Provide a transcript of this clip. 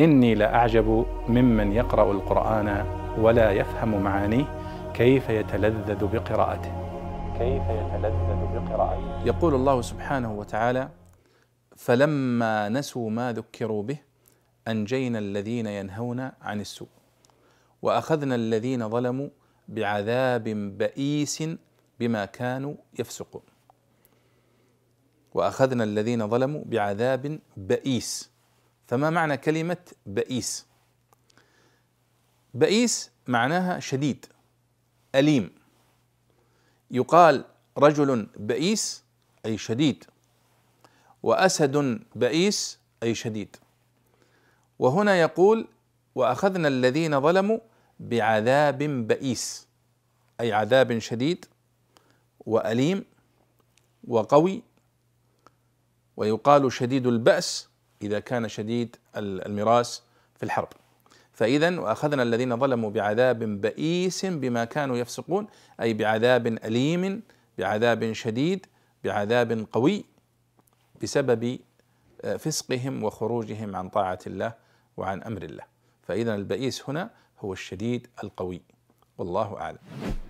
إني لأعجب ممن يقرأ القرآن ولا يفهم معانيه كيف يتلذذ بقراءته. يقول الله سبحانه وتعالى: فلما نسوا ما ذكروا به أنجينا الذين ينهون عن السوء وأخذنا الذين ظلموا بعذاب بئيس بما كانوا يفسقون. وأخذنا الذين ظلموا بعذاب بئيس. فما معنى كلمة بئيس؟ بئيس معناها شديد أليم. يقال رجل بئيس أي شديد، وأسد بئيس أي شديد. وهنا يقول: وأخذنا الذين ظلموا بعذاب بئيس، أي عذاب شديد وأليم وقوي. ويقال شديد البأس إذا كان شديد المراس في الحرب. فإذا وأخذنا الذين ظلموا بعذاب بئيس بما كانوا يفسقون، أي بعذاب أليم، بعذاب شديد، بعذاب قوي، بسبب فسقهم وخروجهم عن طاعة الله وعن أمر الله. فإذا البئيس هنا هو الشديد القوي، والله أعلم.